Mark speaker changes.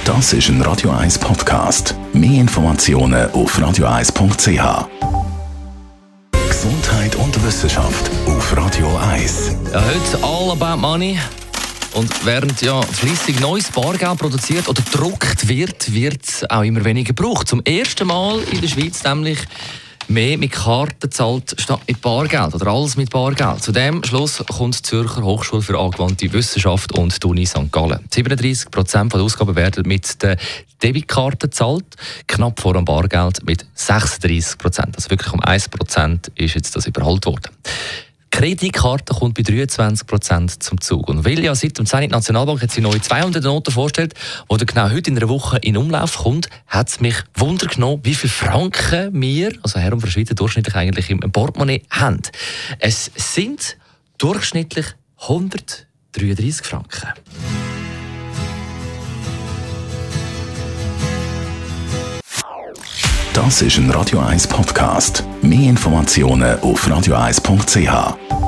Speaker 1: Das ist ein Radio 1 Podcast. Mehr Informationen auf radio1.ch. Gesundheit und Wissenschaft auf Radio 1.
Speaker 2: Ja, heute all about money. Und während ja fleissig neues Bargeld produziert oder gedruckt wird, wird es auch immer weniger gebraucht. Zum ersten Mal in der Schweiz nämlich mehr mit Karten zahlt statt mit Bargeld oder alles mit Bargeld. Zu dem Schluss kommt die Zürcher Hochschule für angewandte Wissenschaft und die Uni St. Gallen. 37% der Ausgaben werden mit der Debitkarte gezahlt, knapp vor dem Bargeld mit 36%. Also wirklich um 1% ist jetzt das überholt worden. Die Kreditkarte kommt bei 23% zum Zug. Und weil ja seit dem 10. die Nationalbank jetzt die neue 200er-Note vorstellt, die genau heute in einer Woche in Umlauf kommt, hat es mich Wunder genommen, wie viele Franken wir, also Herr und Frau Schweizer, durchschnittlich eigentlich im Portemonnaie haben. Es sind durchschnittlich 133 Franken.
Speaker 1: Das ist ein Radio 1 Podcast. Mehr Informationen auf radio1.ch.